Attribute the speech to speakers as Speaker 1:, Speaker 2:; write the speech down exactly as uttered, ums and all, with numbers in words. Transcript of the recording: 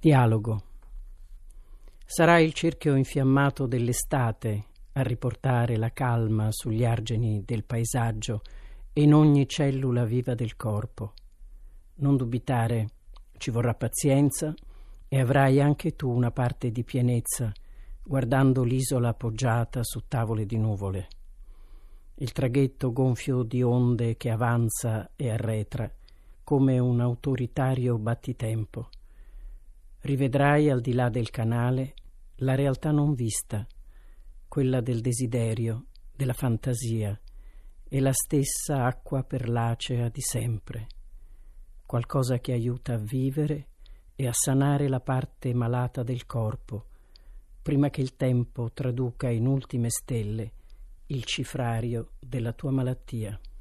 Speaker 1: Dialogo. Sarà il cerchio infiammato dell'estate a riportare la calma sugli argini del paesaggio e in ogni cellula viva del corpo. Non dubitare, ci vorrà pazienza e avrai anche tu una parte di pienezza guardando l'isola appoggiata su tavole di nuvole. Il traghetto gonfio di onde che avanza e arretra come un autoritario battitempo. Rivedrai al di là del canale la realtà non vista, quella del desiderio, della fantasia, e la stessa acqua perlacea di sempre, qualcosa che aiuta a vivere e a sanare la parte malata del corpo, prima che il tempo traduca in ultime stelle il cifrario della tua malattia.